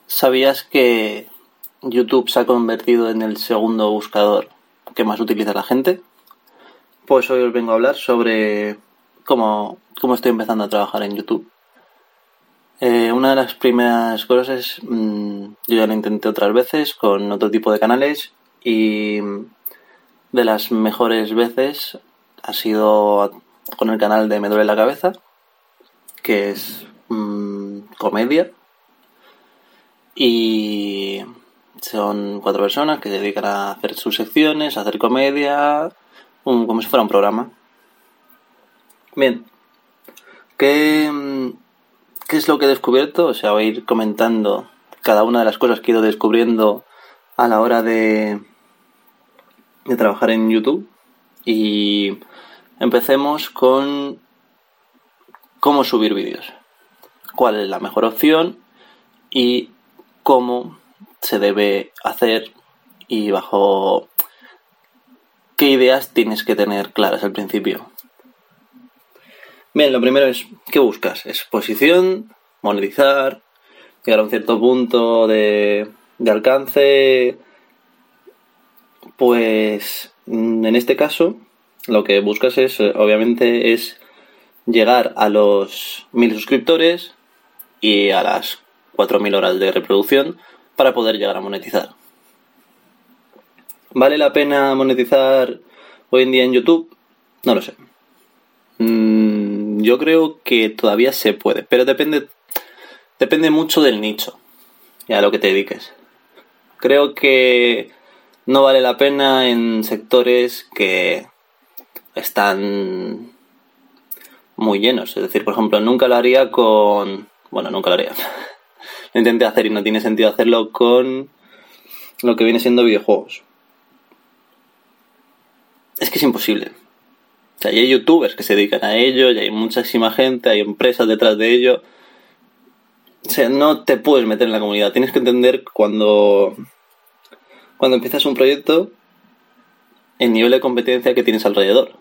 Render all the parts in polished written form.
¿Sabías que YouTube se ha convertido en el segundo buscador que más utiliza la gente? Pues hoy os vengo a hablar sobre cómo estoy empezando a trabajar en YouTube. Una de las primeras cosas es, yo ya lo intenté otras veces con otro tipo de canales y de las mejores veces ha sido con el canal de Me Duele la Cabeza, que es comedia, y son 4 personas que se dedican a hacer sus secciones, a hacer comedia, como si fuera un programa. Bien, ¿qué es lo que he descubierto? O sea, voy a ir comentando cada una de las cosas que he ido descubriendo a la hora de trabajar en YouTube. Y empecemos con cómo subir vídeos, cuál es la mejor opción y cómo se debe hacer y bajo qué ideas tienes que tener claras al principio. Bien, lo primero es, ¿qué buscas? Exposición, monetizar, llegar a un cierto punto de alcance. Pues en este caso lo que buscas es, obviamente, es llegar a los 1000 suscriptores y a las 4000 horas de reproducción para poder llegar a monetizar. ¿Vale la pena monetizar hoy en día en YouTube? No lo sé. Yo creo que todavía se puede, pero depende mucho del nicho y a lo que te dediques. Creo que no vale la pena en sectores que están muy llenos. Es decir, por ejemplo, nunca lo haría con... Bueno, nunca lo haría. Lo intenté hacer y no tiene sentido hacerlo con lo que viene siendo videojuegos. Es que es imposible. O sea, ya hay youtubers que se dedican a ello, ya hay muchísima gente, hay empresas detrás de ello. O sea, no te puedes meter en la comunidad. Tienes que entender cuando empiezas un proyecto el nivel de competencia que tienes alrededor.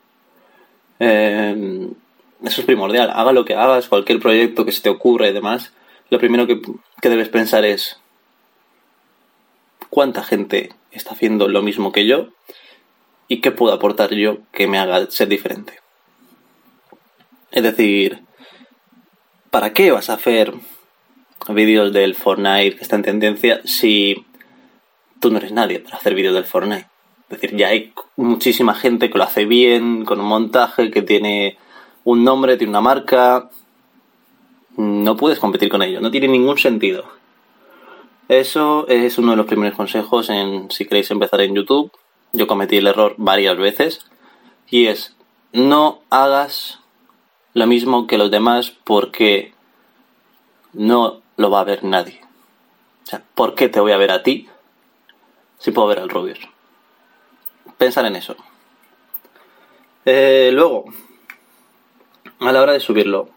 Eso es primordial. Haga lo que hagas, cualquier proyecto que se te ocurra y demás, lo primero que debes pensar es ¿cuánta gente está haciendo lo mismo que yo? ¿Y qué puedo aportar yo que me haga ser diferente? Es decir, ¿para qué vas a hacer vídeos del Fortnite que está en tendencia si tú no eres nadie para hacer vídeos del Fortnite? Es decir, ya hay muchísima gente que lo hace bien, con un montaje, que tiene un nombre, tiene una marca. No puedes competir con ello, no tiene ningún sentido. Eso es uno de los primeros consejos si queréis empezar en YouTube. Yo cometí el error varias veces y es, no hagas lo mismo que los demás porque no lo va a ver nadie. O sea, ¿por qué te voy a ver a ti si puedo ver al Rubius? Pensar en eso. Luego, a la hora de subirlo,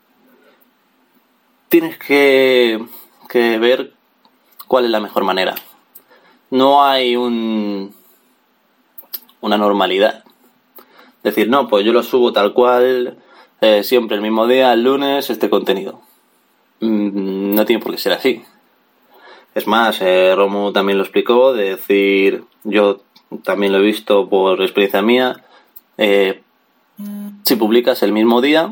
tienes que ver cuál es la mejor manera. No hay una normalidad. Decir, no, pues yo lo subo tal cual, siempre el mismo día, el lunes, este contenido. No tiene por qué ser así. Es más, Romu también lo explicó, de decir, yo también lo he visto por experiencia mía, si publicas el mismo día,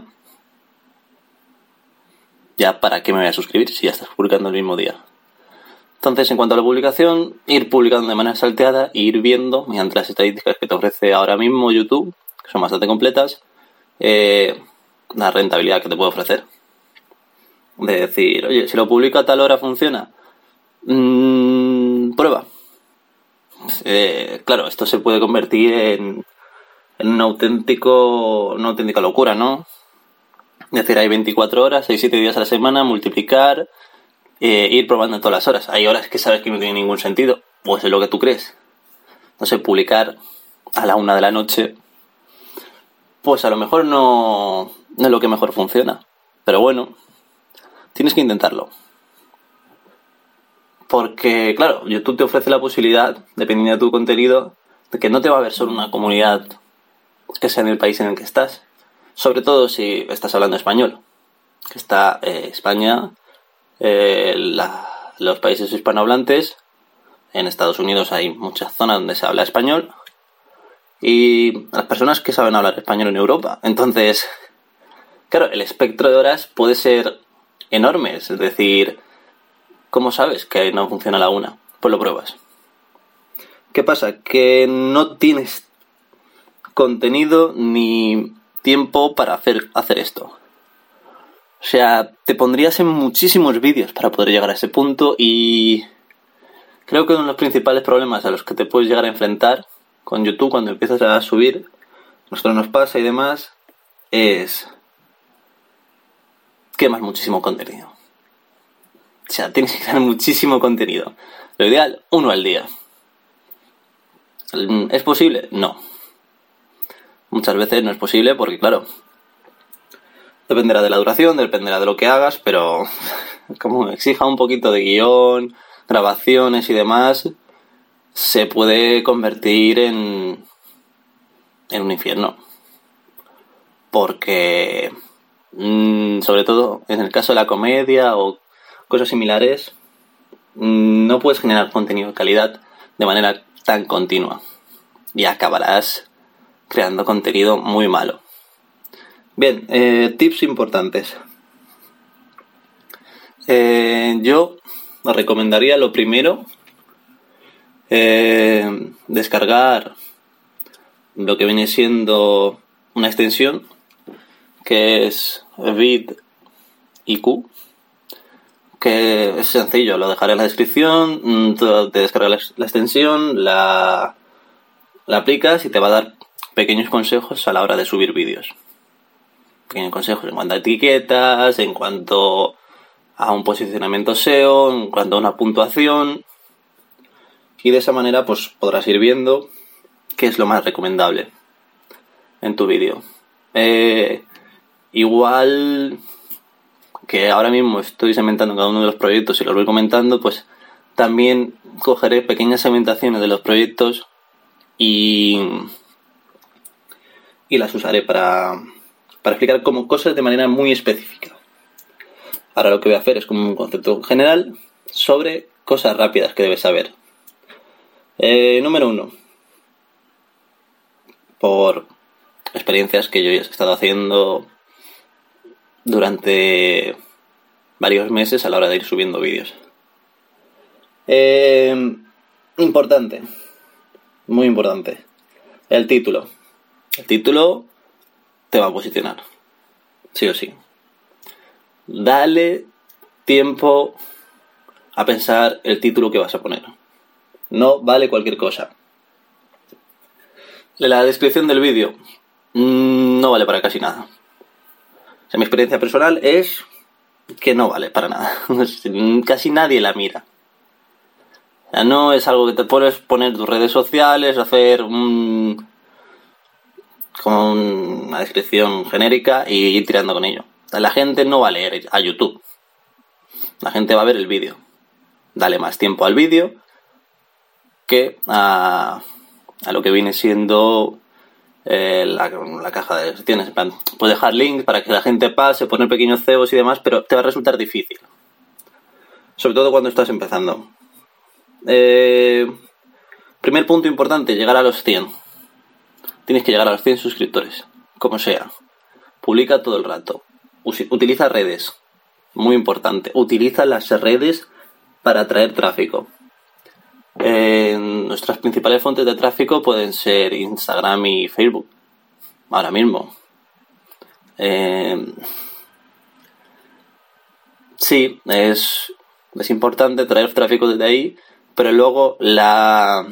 ya para qué me voy a suscribir si ya estás publicando el mismo día. Entonces, en cuanto a la publicación, ir publicando de manera salteada e ir viendo, mediante las estadísticas que te ofrece ahora mismo YouTube, que son bastante completas, la rentabilidad que te puede ofrecer. De decir, oye, si lo publico a tal hora funciona, prueba. Claro, esto se puede convertir en una auténtica locura, ¿no? Es decir, hay 24 horas, hay 7 días a la semana, multiplicar, ir probando todas las horas. Hay horas que sabes que no tiene ningún sentido, pues es lo que tú crees. No sé, publicar a la 1 de la noche, pues a lo mejor no es lo que mejor funciona. Pero bueno, tienes que intentarlo. Porque, claro, YouTube te ofrece la posibilidad, dependiendo de tu contenido, de que no te va a ver solo una comunidad que sea en el país en el que estás. Sobre todo si estás hablando español. Que está España, los países hispanohablantes. En Estados Unidos hay muchas zonas donde se habla español. Y las personas que saben hablar español en Europa. Entonces, claro, el espectro de horas puede ser enorme. Es decir, ¿cómo sabes que no funciona la una? Pues lo pruebas. ¿Qué pasa? Que no tienes contenido ni tiempo para hacer esto. O sea, te pondrías en muchísimos vídeos para poder llegar a ese punto y creo que uno de los principales problemas a los que te puedes llegar a enfrentar con YouTube cuando empiezas a subir, nosotros nos pasa y demás, es quemas muchísimo contenido. O sea, tienes que crear muchísimo contenido. Lo ideal, 1 al día. ¿Es posible? No. Muchas veces no es posible porque, claro, dependerá de la duración, dependerá de lo que hagas, pero como exija un poquito de guión, grabaciones y demás, se puede convertir en un infierno. Porque, sobre todo en el caso de la comedia o cosas similares, no puedes generar contenido de calidad de manera tan continua y acabarás creando contenido muy malo. Bien, tips importantes. Yo os recomendaría lo primero, descargar lo que viene siendo una extensión que es vidIQ, que es sencillo, lo dejaré en la descripción. Tú te descargas la extensión, la aplicas y te va a dar pequeños consejos a la hora de subir vídeos. Pequeños consejos en cuanto a etiquetas, en cuanto a un posicionamiento SEO, en cuanto a una puntuación. Y de esa manera pues podrás ir viendo qué es lo más recomendable en tu vídeo. Igual que ahora mismo estoy segmentando cada uno de los proyectos y los voy comentando, pues también cogeré pequeñas segmentaciones de los proyectos y las usaré para explicar como cosas de manera muy específica. Ahora lo que voy a hacer es como un concepto general sobre cosas rápidas que debes saber. Número 1. Por experiencias que yo he estado haciendo durante varios meses a la hora de ir subiendo vídeos. Importante, muy importante, el título. El título te va a posicionar, sí o sí. Dale tiempo a pensar el título que vas a poner. No vale cualquier cosa. La descripción del vídeo no vale para casi nada. O sea, mi experiencia personal es que no vale para nada. Casi nadie la mira. O sea, no es algo que te puedes poner en tus redes sociales, hacer como una descripción genérica y ir tirando con ello. O sea, la gente no va a leer a YouTube. La gente va a ver el vídeo. Dale más tiempo al vídeo que a lo que viene siendo la caja de descripciones. Puedes dejar links para que la gente pase, poner pequeños cebos y demás, pero te va a resultar difícil. Sobre todo cuando estás empezando. Primer punto importante, llegar a los 100. Tienes que llegar a los 100 suscriptores, como sea. Publica todo el rato. Utiliza redes. Muy importante. Utiliza las redes para atraer tráfico. Nuestras principales fuentes de tráfico pueden ser Instagram y Facebook. Ahora mismo. Sí, es importante traer tráfico desde ahí, pero luego la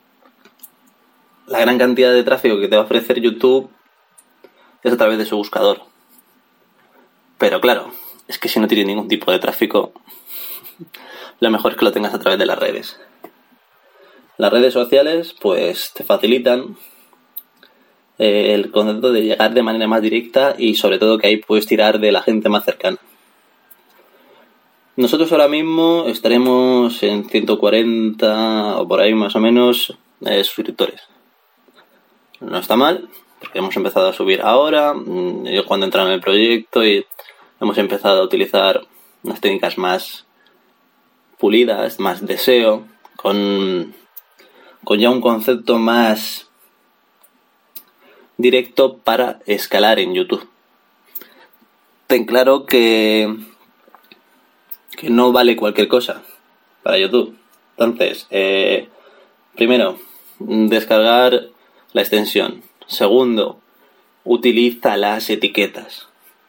gran cantidad de tráfico que te va a ofrecer YouTube es a través de su buscador. Pero claro, es que si no tienes ningún tipo de tráfico, lo mejor es que lo tengas a través de las redes. Las redes sociales pues te facilitan el concepto de llegar de manera más directa y sobre todo que ahí puedes tirar de la gente más cercana. Nosotros ahora mismo estaremos en 140 o por ahí más o menos suscriptores. No está mal, porque hemos empezado a subir ahora. Yo cuando entré en el proyecto y hemos empezado a utilizar unas técnicas más pulidas, más de SEO, con ya un concepto más directo para escalar en YouTube. Ten claro que no vale cualquier cosa para YouTube. Entonces, primero, descargar la extensión. Segundo, utiliza las etiquetas.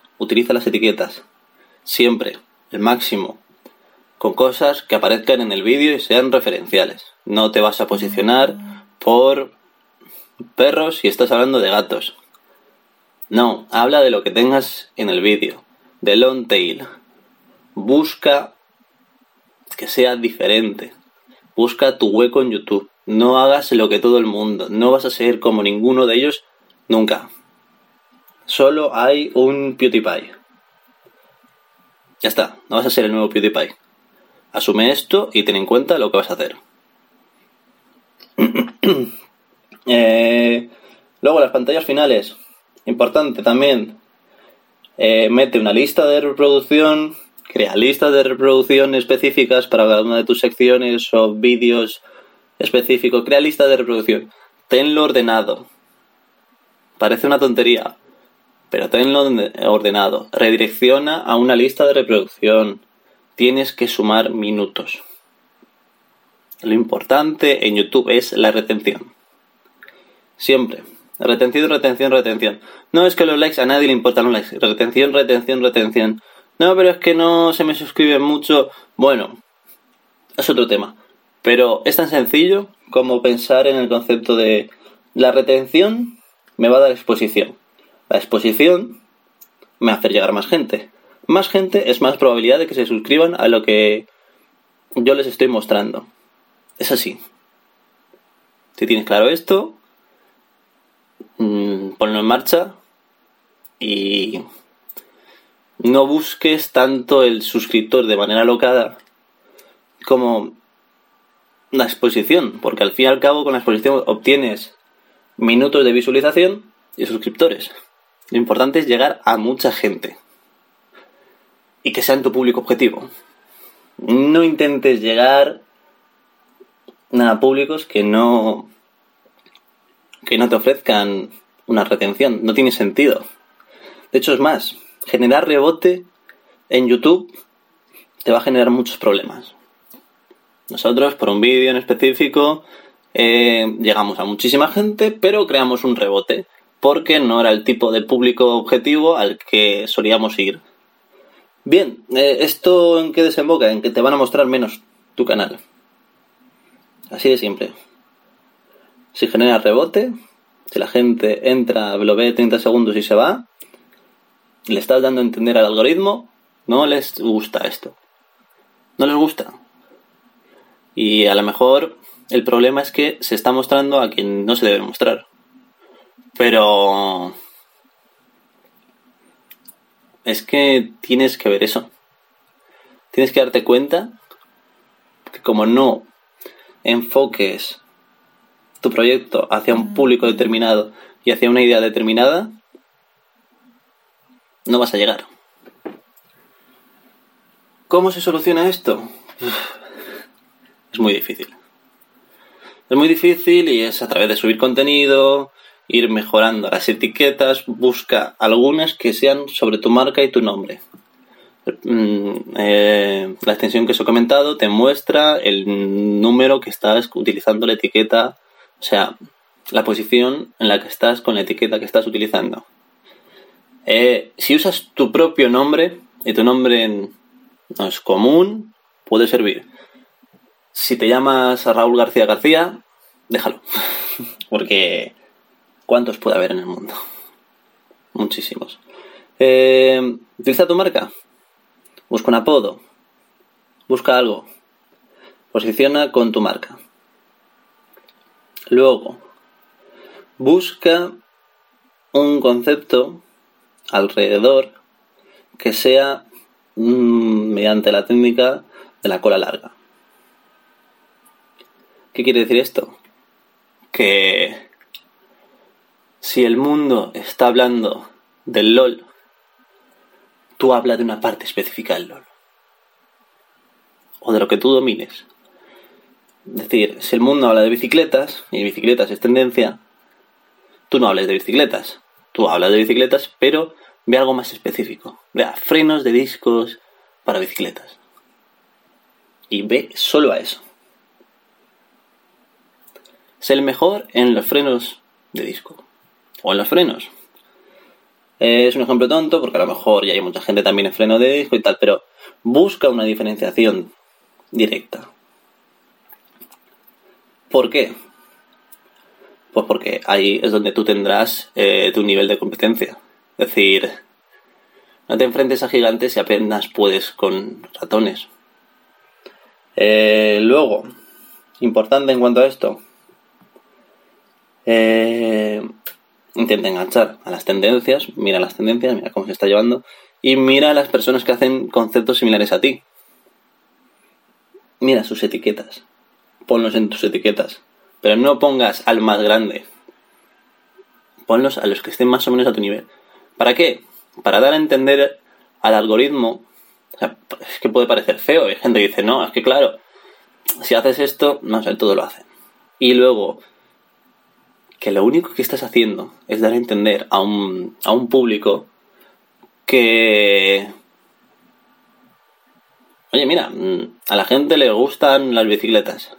Siempre, el máximo, con cosas que aparezcan en el vídeo y sean referenciales. No te vas a posicionar por perros si estás hablando de gatos. No, habla de lo que tengas en el vídeo, de long tail. Busca que sea diferente. Busca tu hueco en YouTube. No hagas lo que todo el mundo. No vas a ser como ninguno de ellos nunca. Solo hay un PewDiePie. Ya está, no vas a ser el nuevo PewDiePie. Asume esto y ten en cuenta lo que vas a hacer. Luego las pantallas finales. Importante también. Mete una lista de reproducción. Crea listas de reproducción específicas para cada una de tus secciones o vídeos específicos. Crea lista de reproducción. Tenlo ordenado. Parece una tontería, pero tenlo ordenado. Redirecciona a una lista de reproducción. Tienes que sumar minutos. Lo importante en YouTube es la retención. Siempre. Retención. No es que los likes, a nadie le importan los likes. Retención. No, pero es que no se me suscriben mucho. Bueno, es otro tema. Pero es tan sencillo como pensar en el concepto de la retención me va a dar exposición. La exposición me va a hacer llegar más gente. Más gente es más probabilidad de que se suscriban a lo que yo les estoy mostrando. Es así. Si tienes claro esto, ponlo en marcha y no busques tanto el suscriptor de manera alocada como la exposición, porque al fin y al cabo con la exposición obtienes minutos de visualización y suscriptores. Lo importante es llegar a mucha gente y que sea en tu público objetivo. No intentes llegar a públicos que no te ofrezcan una retención. No tiene sentido. De hecho, es más, generar rebote en YouTube te va a generar muchos problemas. Nosotros, por un vídeo en específico, llegamos a muchísima gente, pero creamos un rebote, porque no era el tipo de público objetivo al que solíamos ir. Bien, ¿esto en qué desemboca? En que te van a mostrar menos tu canal. Así de simple. Si generas rebote, si la gente entra, lo ve 30 segundos y se va, le estás dando a entender al algoritmo, no les gusta esto. No les gusta. Y a lo mejor el problema es que se está mostrando a quien no se debe mostrar. Pero es que tienes que ver eso. Tienes que darte cuenta que como no enfoques tu proyecto hacia un público determinado y hacia una idea determinada, no vas a llegar. ¿Cómo se soluciona esto? Es muy difícil. Es muy difícil y es a través de subir contenido, ir mejorando las etiquetas, busca algunas que sean sobre tu marca y tu nombre. La extensión que os he comentado te muestra el número que estás utilizando la etiqueta, o sea, la posición en la que estás con la etiqueta que estás utilizando. Si usas tu propio nombre y tu nombre no es común, puede servir. Si te llamas Raúl García, déjalo. Porque ¿cuántos puede haber en el mundo? Muchísimos. Utiliza tu marca. Busca un apodo. Busca algo. Posiciona con tu marca. Luego, busca un concepto alrededor que sea mediante la técnica de la cola larga. ¿Qué quiere decir esto? Que si el mundo está hablando del LOL, tú hablas de una parte específica del LOL. o de lo que tú domines. Es decir, si el mundo habla de bicicletas y bicicletas es tendencia, tú no hables de bicicletas. Tú hablas de bicicletas, pero ve algo más específico. Vea, frenos de discos para bicicletas. Y ve solo a eso. Sé el mejor en los frenos de disco. O en los frenos. Es un ejemplo tonto porque a lo mejor ya hay mucha gente también en freno de disco y tal, pero busca una diferenciación directa. ¿Por qué? Pues porque ahí es donde tú tendrás tu nivel de competencia. Es decir, no te enfrentes a gigantes si apenas puedes con ratones. Luego, importante en cuanto a esto, intenta enganchar a las tendencias, mira cómo se está llevando y mira a las personas que hacen conceptos similares a ti. Mira sus etiquetas, ponlos en tus etiquetas, pero no pongas al más grande, ponlos a los que estén más o menos a tu nivel. ¿Para qué? Para dar a entender al algoritmo. O sea, es que puede parecer feo, hay gente que dice, no, es que claro, si haces esto, no sé, todo lo hacen. Y luego, que lo único que estás haciendo es dar a entender a un público que, oye, mira, a la gente le gustan las bicicletas,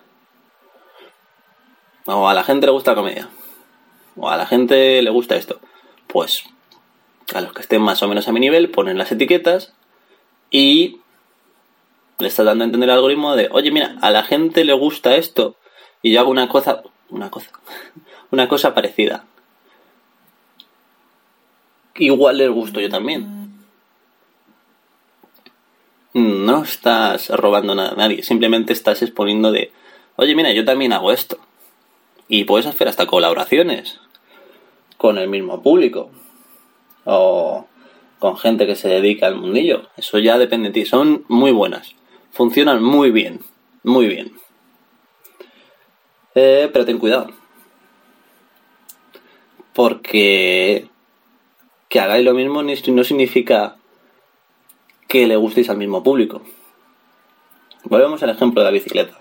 o a la gente le gusta la comedia, o a la gente le gusta esto. Pues a los que estén más o menos a mi nivel ponen las etiquetas y le estás dando a entender al algoritmo de, oye, mira, a la gente le gusta esto y yo hago una cosa parecida. Igual les gusto yo también. No estás robando nada a nadie, simplemente estás exponiendo de, oye, mira, yo también hago esto. Y puedes hacer hasta colaboraciones con el mismo público o con gente que se dedica al mundillo. Eso ya depende de ti. Son muy buenas, funcionan muy bien, muy bien. Pero ten cuidado, porque que hagáis lo mismo no significa que le gustéis al mismo público. Volvemos al ejemplo de la bicicleta.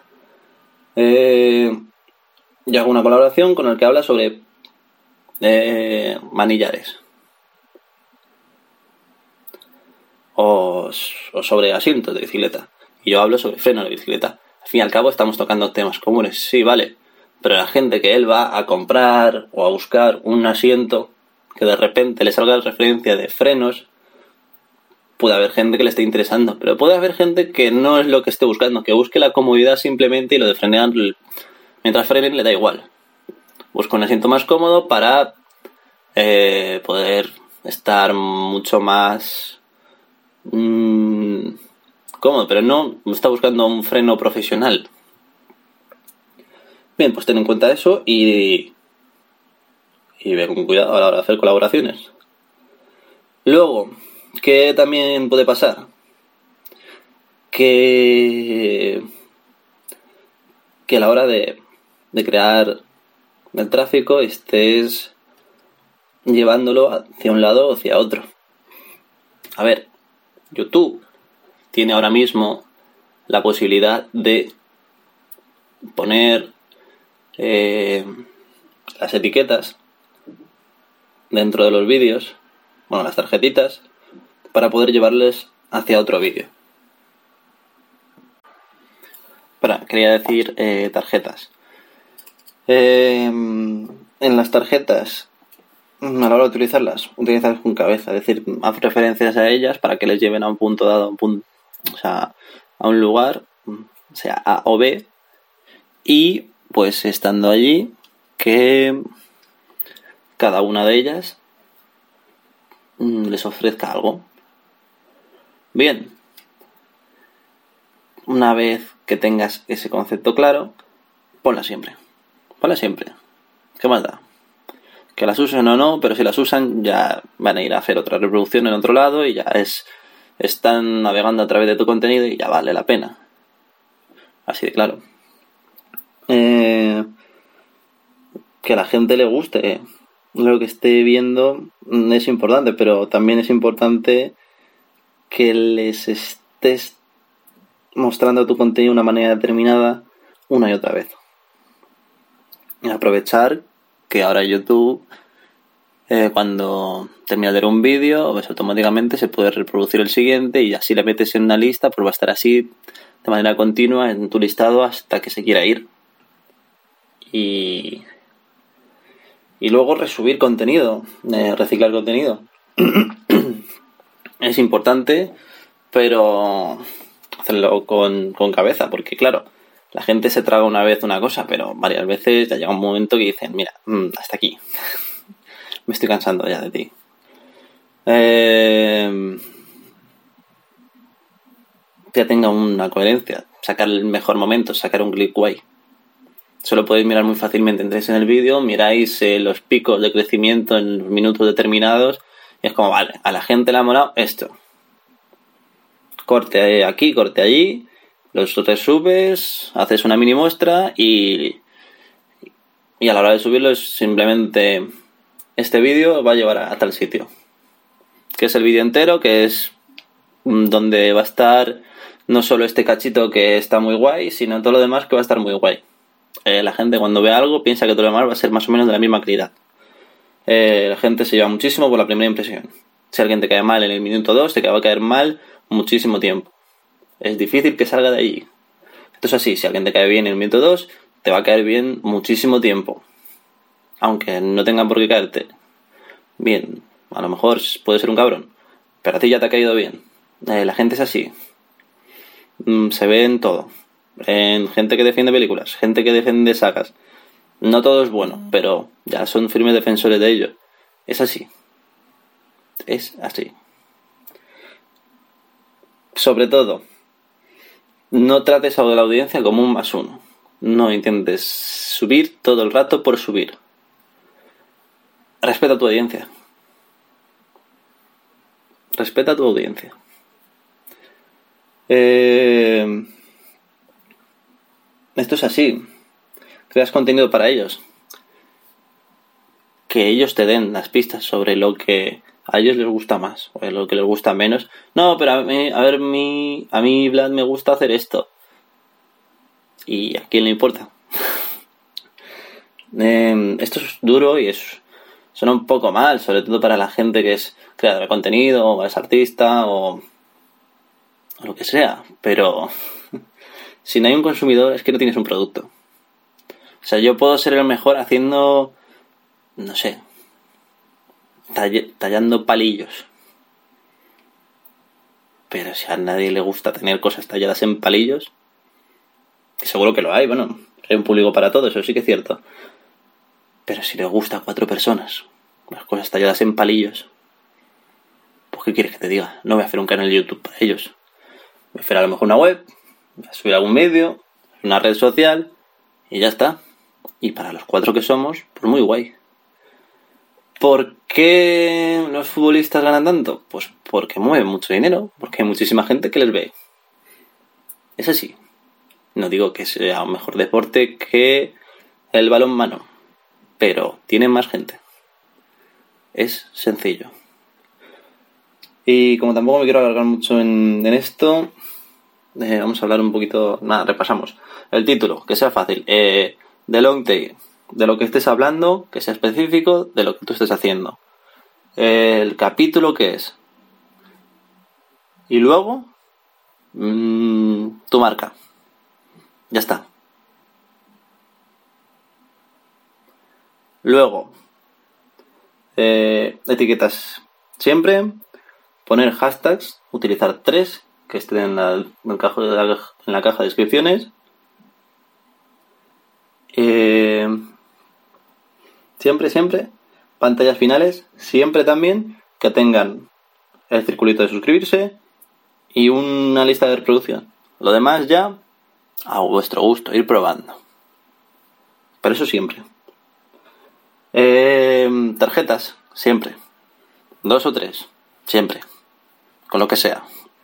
Yo hago una colaboración con el que habla sobre manillares o sobre asientos de bicicleta, y yo hablo sobre freno de bicicleta. Al fin y al cabo estamos tocando temas comunes, sí, vale, pero la gente que él va a comprar o a buscar un asiento que de repente le salga la referencia de frenos, puede haber gente que le esté interesando, pero puede haber gente que no es lo que esté buscando, que busque la comodidad simplemente y lo de frenar, mientras frenen le da igual. Busca un asiento más cómodo para poder estar mucho más cómodo, pero no está buscando un freno profesional. Bien, pues ten en cuenta eso y ve con cuidado a la hora de hacer colaboraciones. Luego, ¿qué también puede pasar? Que a la hora de crear el tráfico estés llevándolo hacia un lado o hacia otro. A ver, YouTube tiene ahora mismo la posibilidad de poner las etiquetas dentro de los vídeos, bueno, las tarjetitas, para poder llevarles hacia otro vídeo. Quería decir tarjetas. En las tarjetas, a la hora de utilizarlas con cabeza, es decir, haz referencias a ellas para que les lleven a un punto dado, a un lugar, sea A o B, y pues estando allí, que cada una de ellas les ofrezca algo. Bien, una vez que tengas ese concepto claro, ponla siempre. ¿Qué más da? Que las usen o no, pero si las usan ya van a ir a hacer otra reproducción en otro lado y ya están navegando a través de tu contenido y ya vale la pena. Así de claro. Que a la gente le guste lo que esté viendo es importante, pero también es importante que les estés mostrando tu contenido de una manera determinada una y otra vez. Y aprovechar que ahora YouTube, cuando termina de ver un vídeo, pues automáticamente se puede reproducir el siguiente y así le metes en una lista, pues va a estar así de manera continua en tu listado hasta que se quiera ir. Y luego resubir contenido, reciclar contenido. Es importante, pero hacerlo con cabeza, porque claro, la gente se traga una vez una cosa, pero varias veces ya llega un momento que dicen, mira, hasta aquí, me estoy cansando ya de ti. Que tenga una coherencia, sacar el mejor momento, sacar un clip guay. Eso lo podéis mirar muy fácilmente. Entréis en el vídeo, miráis los picos de crecimiento en los minutos determinados y es como, vale, a la gente le ha molado esto. Corte aquí, corte allí, los resubes, haces una mini muestra y a la hora de subirlo es simplemente este vídeo va a llevar a tal sitio. Que es el vídeo entero, que es donde va a estar no solo este cachito que está muy guay, sino todo lo demás que va a estar muy guay. La gente cuando ve algo piensa que todo lo demás va a ser más o menos de la misma calidad. La gente se lleva muchísimo por la primera impresión. Si alguien te cae mal en el minuto 2, te va a caer mal muchísimo tiempo. Es difícil que salga de allí. Esto es así, si alguien te cae bien en el minuto 2, te va a caer bien muchísimo tiempo. Aunque no tengan por qué caerte bien. A lo mejor puede ser un cabrón, pero a ti ya te ha caído bien. La gente es así. Se ve en todo. En gente que defiende películas, gente que defiende sagas. No todo es bueno, pero ya son firmes defensores de ello. Es así. Es así. Sobre todo, no trates a la audiencia como un +1. No intentes subir todo el rato por subir. Respeta a tu audiencia. Respeta a tu audiencia. Esto es así. Creas contenido para ellos. Que ellos te den las pistas sobre lo que a ellos les gusta más o lo que les gusta menos. No, pero a mí Vlad me gusta hacer esto. ¿Y a quién le importa? Esto es duro y suena un poco mal, sobre todo para la gente que es creadora de contenido o es artista o lo que sea, pero si no hay un consumidor es que no tienes un producto. O sea, yo puedo ser el mejor haciendo, no sé, tallando palillos, pero si a nadie le gusta tener cosas talladas en palillos, que seguro que lo hay, bueno, hay un público para todo, eso sí que es cierto, pero si le gusta a 4 personas las cosas talladas en palillos, pues ¿qué quieres que te diga? No voy a hacer un canal de YouTube para ellos. Voy a hacer a lo mejor una web, voy a subir algún vídeo, una red social y ya está. Y para los 4 que somos, pues muy guay. ¿Por qué los futbolistas ganan tanto? Pues porque mueven mucho dinero, porque hay muchísima gente que les ve. Es así. No digo que sea un mejor deporte que el balonmano, pero tienen más gente. Es sencillo. Y como tampoco me quiero alargar mucho en esto, vamos a hablar un poquito. Nada, repasamos. El título, que sea fácil. The Long Tail. De lo que estés hablando, que sea específico de lo que tú estés haciendo. El capítulo que es. Y luego, tu marca. Ya está. Luego, etiquetas siempre. Poner hashtags, utilizar 3 que estén en la caja de descripciones. Siempre, pantallas finales, siempre también que tengan el circulito de suscribirse y una lista de reproducción. Lo demás ya a vuestro gusto, ir probando. Pero eso siempre. Tarjetas, siempre. 2 o 3, siempre. Con lo que sea.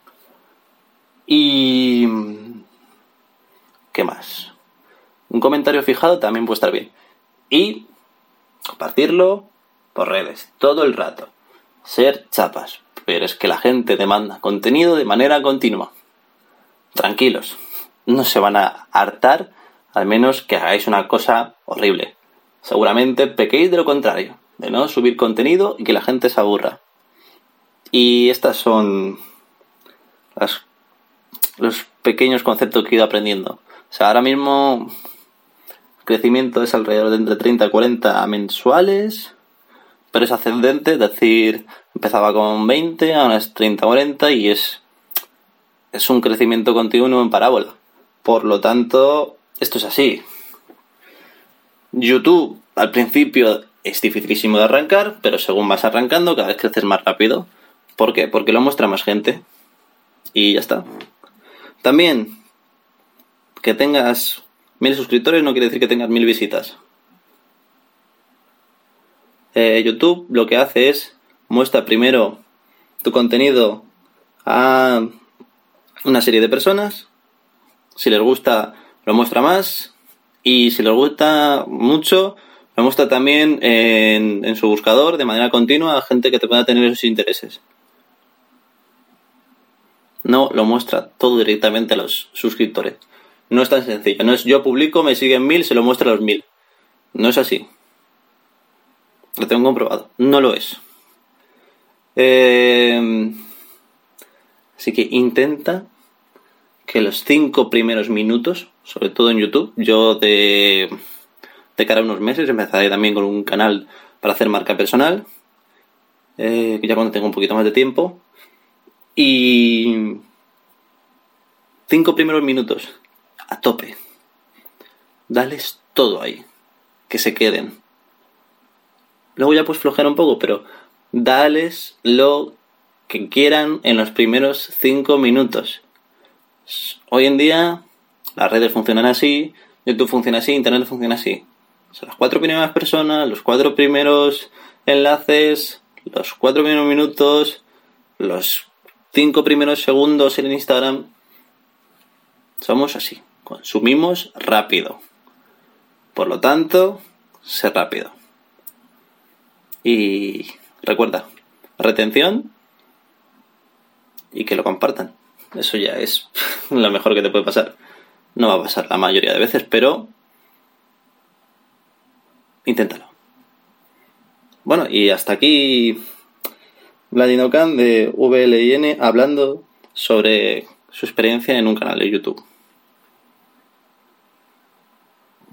Y ¿qué más? Un comentario fijado también puede estar bien. Y compartirlo por redes todo el rato. Ser chapas. Pero es que la gente demanda contenido de manera continua. tranquilos, no se van a hartar, al menos que hagáis una cosa horrible. Seguramente pequéis de lo contrario, de no subir contenido y que la gente se aburra. Y estas son los pequeños conceptos que he ido aprendiendo. O sea, ahora mismo el crecimiento es alrededor de entre 30 y 40 mensuales, pero es ascendente, es decir, empezaba con 20, ahora es 30, 40 y es un crecimiento continuo en parábola. Por lo tanto, esto es así. YouTube al principio es dificilísimo de arrancar, pero según vas arrancando cada vez creces más rápido. ¿Por qué? Porque lo muestra más gente. Y ya está. También, que tengas 1000 suscriptores no quiere decir que tengas 1000 visitas. YouTube lo que hace es muestra primero tu contenido a una serie de personas. Si les gusta, lo muestra más. Y si les gusta mucho, lo muestra también en su buscador de manera continua a gente que te pueda tener esos intereses. No lo muestra todo directamente a los suscriptores. No es tan sencillo. No es yo publico, me siguen 1000, se lo muestra a los 1000. No es así. Lo tengo comprobado. No lo es. Así que intenta que los 5 primeros minutos, sobre todo en YouTube, yo de cara a unos meses empezaré también con un canal para hacer marca personal, ya cuando tenga un poquito más de tiempo, y 5 primeros minutos a tope, dales todo ahí, que se queden. Luego ya pues flojear un poco, pero dales lo que quieran en los primeros 5 minutos. Hoy en día las redes funcionan así, YouTube funciona así, Internet funciona así. O sea, las 4 primeras personas, los 4 primeros enlaces, los 4 primeros minutos, los 5 primeros segundos en Instagram. Somos así, consumimos rápido. Por lo tanto, sé rápido. Y recuerda, retención y que lo compartan. Eso ya es lo mejor que te puede pasar. No va a pasar la mayoría de veces, pero inténtalo. Bueno, y hasta aquí Vladinocan de VLN hablando sobre su experiencia en un canal de YouTube.